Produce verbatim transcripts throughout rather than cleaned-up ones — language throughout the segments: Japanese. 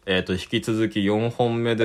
えっと、引き続きよんほんめです。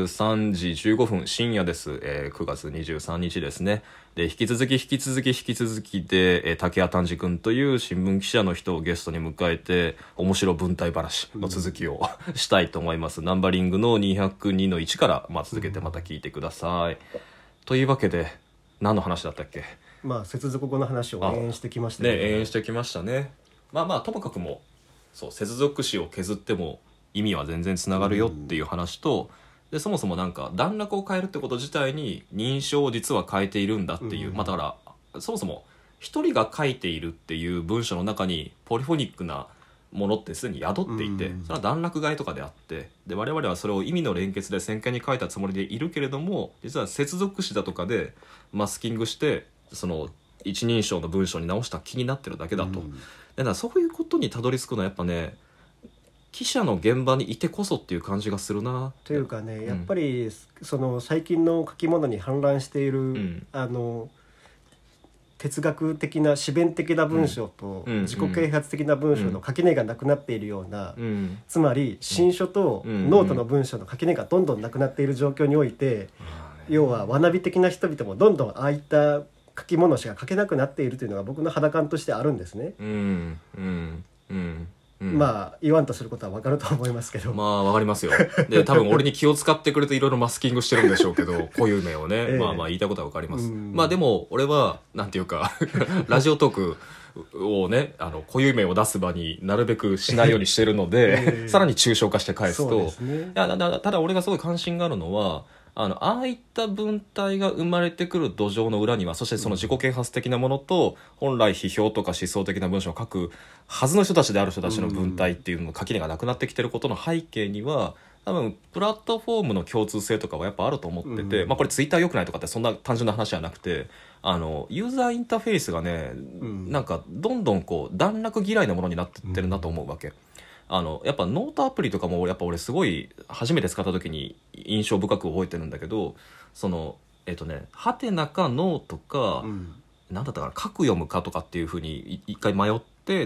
さんじじゅうごふん、深夜です。えー、くがつにじゅうさんにちですね。で、引き続き、引き続き、引き続きで、えー、竹谷丹治くんという新聞記者の人をゲストに迎えて、面白文体話の続きを、うん、したいと思います。ナンバリングのにひゃくにのいちから、まあ、続けてまた聞いてください。うん、というわけで、何の話だったっけ？ まあ、接続語の話を延々してきましたね。 ね、延々してきましたね。まあまあ、ともかくも、そう、接続詞を削っても、意味は全然つながるよっていう話と、でそもそもなんか段落を変えるってこと自体に認証を実は変えているんだっていう、まあだからそもそも一人が書いているっていう文章の中にポリフォニックなものってすでに宿っていて、それは段落替えとかであって、で我々はそれを意味の連結で先見に書いたつもりでいるけれども、実は接続詞だとかでマスキングしてその一人称の文章に直した気になってるだけだと。だからそういうことにたどり着くのはやっぱね、記者の現場にいてこそっていう感じがするな。 というかね、うん、やっぱりその最近の書き物に氾濫している、うん、あの哲学的な詩弁的な文章と自己啓発的な文章の垣根がなくなっているような、うん、つまり新書とノートの文章の垣根がどんどんなくなっている状況において、うん、要はわなび的な人々もどんどんああいった書き物しか書けなくなっているというのが僕の肌感としてあるんですね。 うんうんうんうん、まあ言わんとすることは分かると思いますけど、 まあ分かりますよ。で多分俺に気を使ってくれていろいろマスキングしてるんでしょうけど固有名をね、ええ、まあまあ言いたいことは分かります。まあでも俺はなんていうかラジオトークをね、あの固有名を出す場になるべくしないようにしてるので、ええ、さらに抽象化して返すと、そうですね、いやだただ俺がすごい関心があるのは、あのああいった文体が生まれてくる土壌の裏には、そしてその自己啓発的なものと本来批評とか思想的な文章を書くはずの人たちである人たちの文体っていうのの垣根がなくなってきてることの背景には、多分プラットフォームの共通性とかはやっぱあると思ってて、まあこれツイッター良くないとかってそんな単純な話じゃなくて、あのユーザーインターフェースがね、なんかどんどんこう段落嫌いなものになってってるなと思うわけ。あのやっぱノートアプリとかもやっぱ俺すごい初めて使った時に印象深く覚えてるんだけど、そのえっとねハテナかノートか、うん、なんだったかな、書く読むかとかっていう風に一回迷って、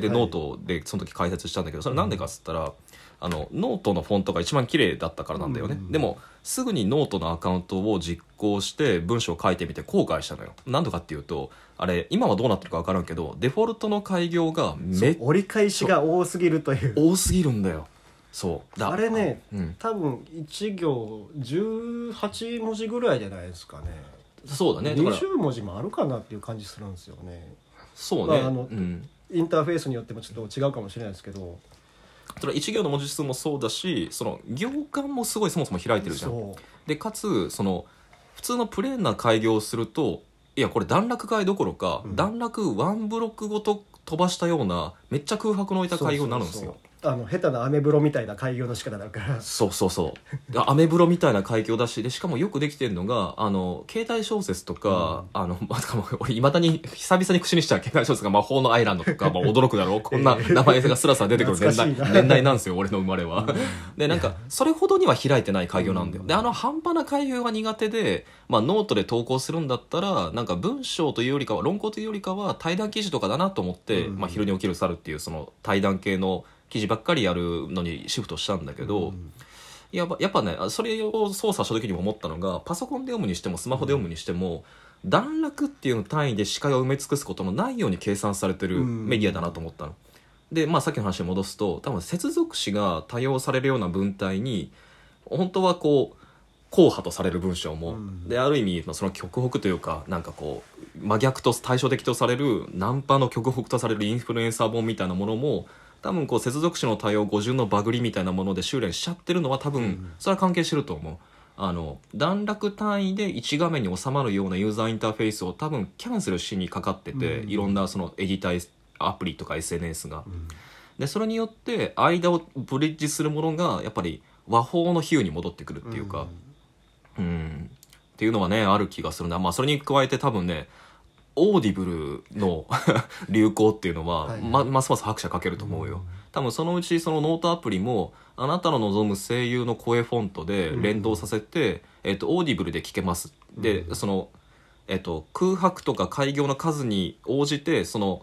で、はい、ノートでその時解説したんだけど、それなんでかっつったら、うん、あのノートのフォントが一番綺麗だったからなんだよね、うん、でもすぐにノートのアカウントを実行して文章を書いてみて後悔したのよ。なんでかっていうと、あれ今はどうなってるか分からんけどデフォルトの改行がめっ折り返しが多すぎるという多すぎるんだよ。そうだあれね、うん、多分いち行じゅうはちもじぐらいじゃないですかね。 そうだね、だからにじゅうもじもあるかなっていう感じするんですよね。 そうね、 まああのうん、インターフェースによってもちょっと違うかもしれないですけど、 それいち行の文字数もそうだし、その行間もすごいそもそも開いてるじゃん。でかつその普通のプレーンな改行をすると、いやこれ段落替えどころか、うん、段落ワンブロックごと飛ばしたようなめっちゃ空白の置いた改行になるんですよ。そうそうそう、 あの下手なアメブロみたいな改行の仕方だから。 そうそうそうアメブロみたいな改行だし、でしかもよくできてるのが、あの携帯小説とか、うん、あのまさかも俺いまだに久々に口にした携帯小説が魔法のアイランドとか、まあ、驚くだろうこんな名前がスラスラ出てくる年代年代なんですよ俺の生まれは。でなんかそれほどには開いてない改行なんだよ。であの半端な改行が苦手で、まあ、ノートで投稿するんだったらなんか文章というよりかは論考というよりかは対談記事とかだなと思って、うん、まあ、昼に起きる猿っていうその対談系の記事ばっかりやるのにシフトしたんだけど、うん、やっぱ、やっぱねそれを操作した時にも思ったのが、パソコンで読むにしてもスマホで読むにしても、うん、段落っていう単位で視界を埋め尽くすことのないように計算されてるメディアだなと思ったの、うん、で、まあ、さっきの話に戻すと、多分接続詞が多用されるような文体に本当はこう硬派とされる文章も、うん、である意味その極北というか、なんかこう真逆と対照的とされるナンパの極北とされるインフルエンサー本みたいなものも、多分こう接続詞の多用語順のバグりみたいなもので修練しちゃってるのは多分それは関係してると思う。あの段落単位でいち画面に収まるようなユーザーインターフェースを多分キャンセルしにかかってて、うん、いろんなそのエディターアプリとか エスエヌエス が、うん、でそれによって間をブリッジするものがやっぱり和法の比喩に戻ってくるっていうか、うん、うん、っていうのはねある気がするな。まあそれに加えて多分ねオーディブルの流行っていうのは、はい、ま、ますます拍車かけると思うよ、うん、多分そのうちそのノートアプリもあなたの望む声優の声フォントで連動させて、うんえっと、オーディブルで聞けますで、うん、その、えっと、空白とか改行の数に応じてその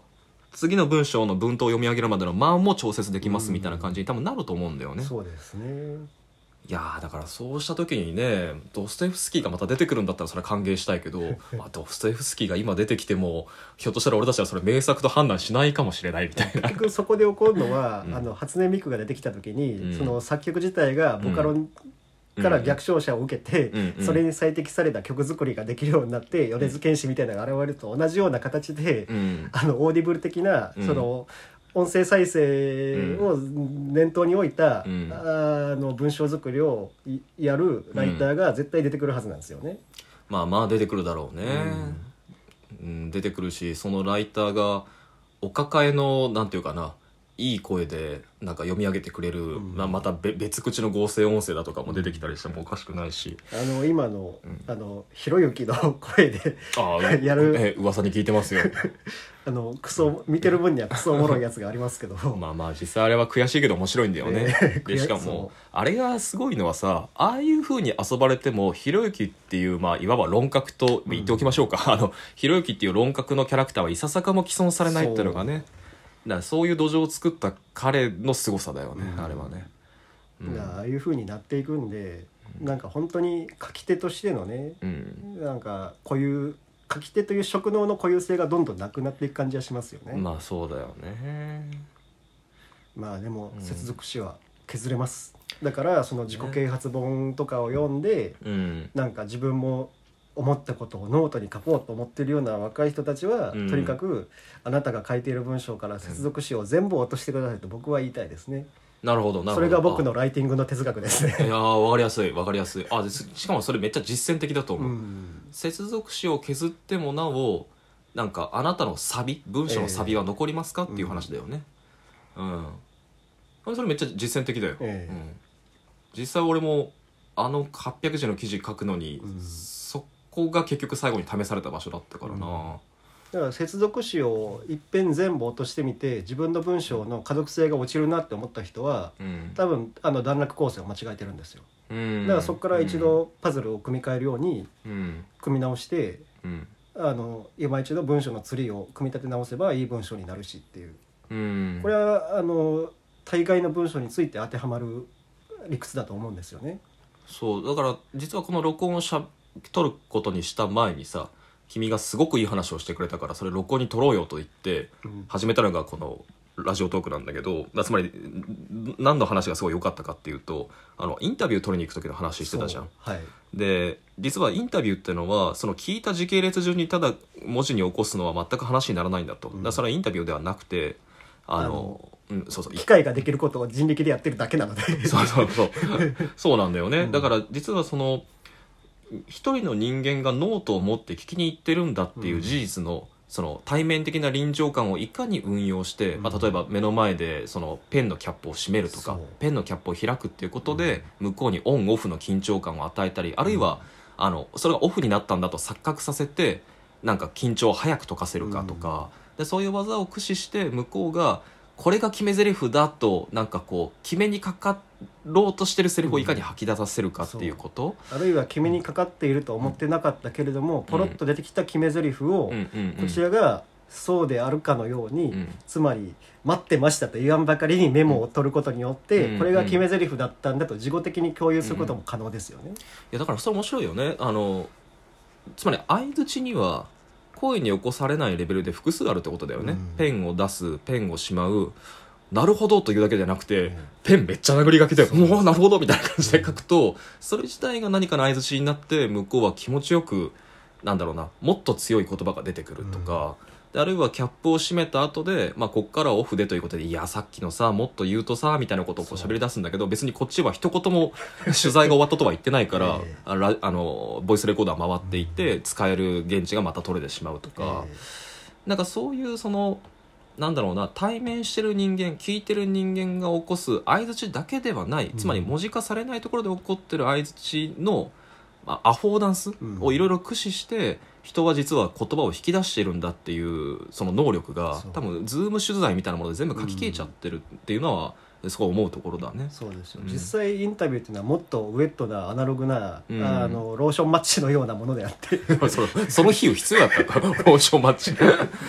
次の文章の文頭を読み上げるまでの間も調節できますみたいな感じに多分なると思うんだよね。 そうですね。 いやーだからそうした時にねドストエフスキーがまた出てくるんだったらそれは歓迎したいけどまあドストエフスキーが今出てきてもひょっとしたら俺たちはそれ名作と判断しないかもしれないみたいな。 結局そこで起こるのは、 うん、 あの初音ミクが出てきた時に、 うん、 その作曲自体がボカロから逆照射を受けて、うんうん、それに最適された曲作りができるようになって、うん、米津玄師みたいなのが現れると同じような形で、うん、あのオーディブル的な、うん、その音声再生を念頭に置いた、うん、あの文章作りをやるライターが絶対出てくるはずなんですよね。 うん、まあまあ出てくるだろうね、うんうん、出てくるしそのライターがお抱えのなんていうかないい声でなんか読み上げてくれる、うん、まあ、また別口の合成音声だとかも出てきたりしてもおかしくないし、 あの今の、うん、あのひろゆきの声でやるえ噂に聞いてますよあのクソ見てる分にはクソおもろいやつがありますけどまあまあ実際あれは悔しいけど面白いんだよね、えー、でしかもあれがすごいのはさああいう風に遊ばれてもひろゆきっていう、まあ、いわば論客と言っておきましょうか、うん、あのひろゆきっていう論客のキャラクターはいささかも既存されないっていうのがね、だからそういう土壌を作った彼の凄さだよね、うん、あれはね、 うん、ああいう風になっていくんで、うん、なんか本当に書き手としてのね、うん、なんか固有書き手という職能の固有性がどんどんなくなっていく感じはしますよね。 まあそうだよね。 まあでも接続詞は削れます、うん、だからその自己啓発本とかを読んで、ね、なんか自分も思ったことをノートに書こうと思ってるような若い人たちは、うん、とにかくあなたが書いている文章から接続詞を全部落としてくださいと僕は言いたいですね。 なるほどなるほど。 それが僕のライティングの哲学ですね。 いやー分かりやすい分かりやすい。あでしかもそれめっちゃ実践的だと思う、うん、接続詞を削ってもなおなんかあなたのサビ文章のサビは残りますか、えー、っていう話だよね。うん、うん、それめっちゃ実践的だよ、えーうん、実際俺もあのはっぴゃくじの記事書くのに、うん、そこが結局最後に試された場所だったからな、うん、 だから接続詞をいっぺん全部落としてみて自分の文章の可読性が落ちるなって思った人は、うん、多分あの段落構成を間違えてるんですよ、うん、だからそこから一度パズルを組み替えるように組み直して、うん、あの今一度文章のツリーを組み立て直せばいい文章になるしっていう、うん、これはあの大概の文章について当てはまる理屈だと思うんですよね。 そうだから実はこの録音をしゃ取ることにした前にさ君がすごくいい話をしてくれたからそれ録音に取ろうよと言って始めたのがこのラジオトークなんだけど、つまり何の話がすごい良かったかっていうとあのインタビュー取りに行く時の話してたじゃん、はい、で実はインタビューってのはその聞いた時系列順にただ文字に起こすのは全く話にならないんだと、うん、だからそれはインタビューではなくてあのあのうん、そうそう機械ができることを人力でやってるだけなのでそうそうそうそうなんだよね、うん、だから実はその一人の人間がノートを持って聞きに行ってるんだっていう事実の、うん、その対面的な臨場感をいかに運用して、うんまあ、例えば目の前でそのペンのキャップを閉めるとかペンのキャップを開くっていうことで、うん、向こうにオンオフの緊張感を与えたりあるいは、うん、あのそれがオフになったんだと錯覚させてなんか緊張を早く解かせるかとか、うん、でそういう技を駆使して向こうがこれが決め台詞だとなんかこう決めにかかろうとしてるセリフをいかに吐き出させるかっていうこと、 うん、あるいは決めにかかっていると思ってなかったけれども、うん、ポロッと出てきた決め台詞をこちらがそうであるかのように、うん、つまり待ってましたと言わんばかりにメモを取ることによって、うん、これが決め台詞だったんだと自己的に共有することも可能ですよね、うん、いやだからそれ面白いよね。あのつまり相槌には声に起こされないレベルで複数あるってことだよね、うん、ペンを出すペンをしまうなるほどというだけじゃなくて、うん、ペンめっちゃ殴り書きでもうなるほどみたいな感じで書くと、うん、それ自体が何かの相槌になって向こうは気持ちよくなんだろうなもっと強い言葉が出てくるとか、うん、であるいはキャップを閉めた後で、まあ、こっからオフでということでいやさっきのさもっと言うとさみたいなことをこう喋り出すんだけど別にこっちは一言も取材が終わったとは言ってないから、えー、あらあのボイスレコーダー回っていて、うん、使える現地がまた取れてしまうとか、えー、なんかそういうそのなんだろうな対面してる人間聞いてる人間が起こす相槌だけではない、つまり文字化されないところで起こってる相槌の、まあ、アフォーダンスをいろいろ駆使して人は実は言葉を引き出しているんだっていうその能力が多分ズーム取材みたいなもので全部書き消えちゃってるっていうのはすごい思うところだね。 そうですよ、うん、実際インタビューっていうのはもっとウェットなアナログな、うん、あのローションマッチのようなものであってそ, その比喩必要だったかローションマッチ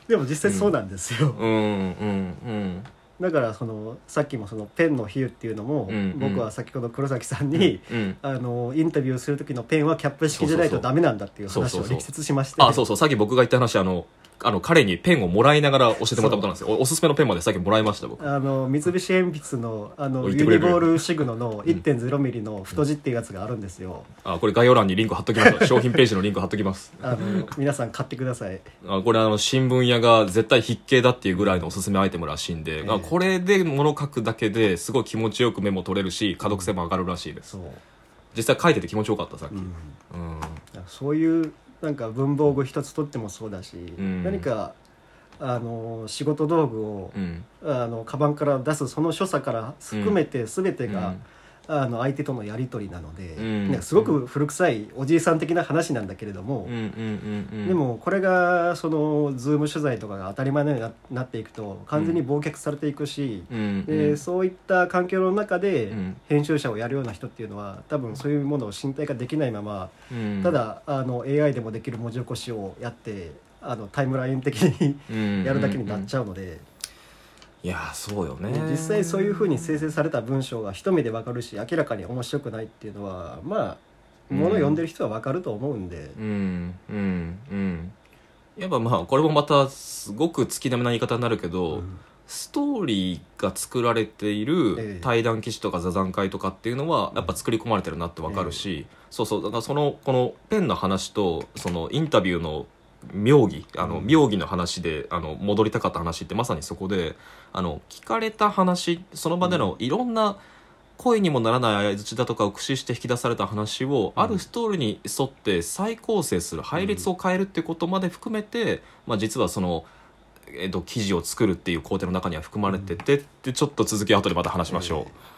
でも実際そうなんですよ、 うんうんうんだからそのさっきもそのペンの比喩っていうのも、 うんうん、 僕は先ほど黒崎さんに、 うんうん、 あのインタビューする時のペンはキャップ式じゃないとダメなんだっていう話を力説しまして、 あ、そうそう、さっき僕が言った話、あのあの彼にペンをもらいながら教えてもらったことなんですよ。 お, おすすめのペンまでさっきもらいました僕。 あの三菱鉛筆のあのユニボールシグノの いってんゼロミリの太字っていうやつがあるんですよ、 うん、あこれ概要欄にリンク貼っときます商品ページのリンク貼っときますあの皆さん買ってください。 あこれあの新聞屋が絶対必携だっていうぐらいのおすすめアイテムらしいんで、えー、これで物書くだけですごい気持ちよくメモ取れるし可読性も上がるらしいです、うん、そう実際書いてて気持ちよかったさっき、うんうん、 そういうなんか文房具一つとってもそうだし、うん、何かあの仕事道具を、うん、あのカバンから出すその所作から含めて全てが、うん、あの相手とのやり取りなので、うん、なんかすごく古臭いおじいさん的な話なんだけれども、うんうんうんうん、でもこれがそのズーム取材とかが当たり前のようになっていくと完全に忘却されていくし、うん、でそういった環境の中で編集者をやるような人っていうのは多分そういうものを身体化できないまま、うん、ただあの エーアイ でもできる文字起こしをやってあのタイムライン的にやるだけになっちゃうので、うんうんうん、 いやそうよね。 実際そういう風に生成された文章が一目で分かるし明らかに面白くないっていうのはまあものを読んでる人は分かると思うんで、 うんうんうん、やっぱまあこれもまたすごく月並みな言い方になるけど、うん、ストーリーが作られている対談記事とか座談会とかっていうのはやっぱ作り込まれてるなって分かるし、えー、そうそうだからそのこのペンの話とそのインタビューの妙義あの妙義の話であの戻りたかった話ってまさにそこであの聞かれた話その場でのいろんな声にもならない相槌だとかを駆使して引き出された話をあるストーリーに沿って再構成する配列を変えるってことまで含めて、まあ、実はその、えっと、記事を作るっていう工程の中には含まれててでちょっと続きは後でまた話しましょう。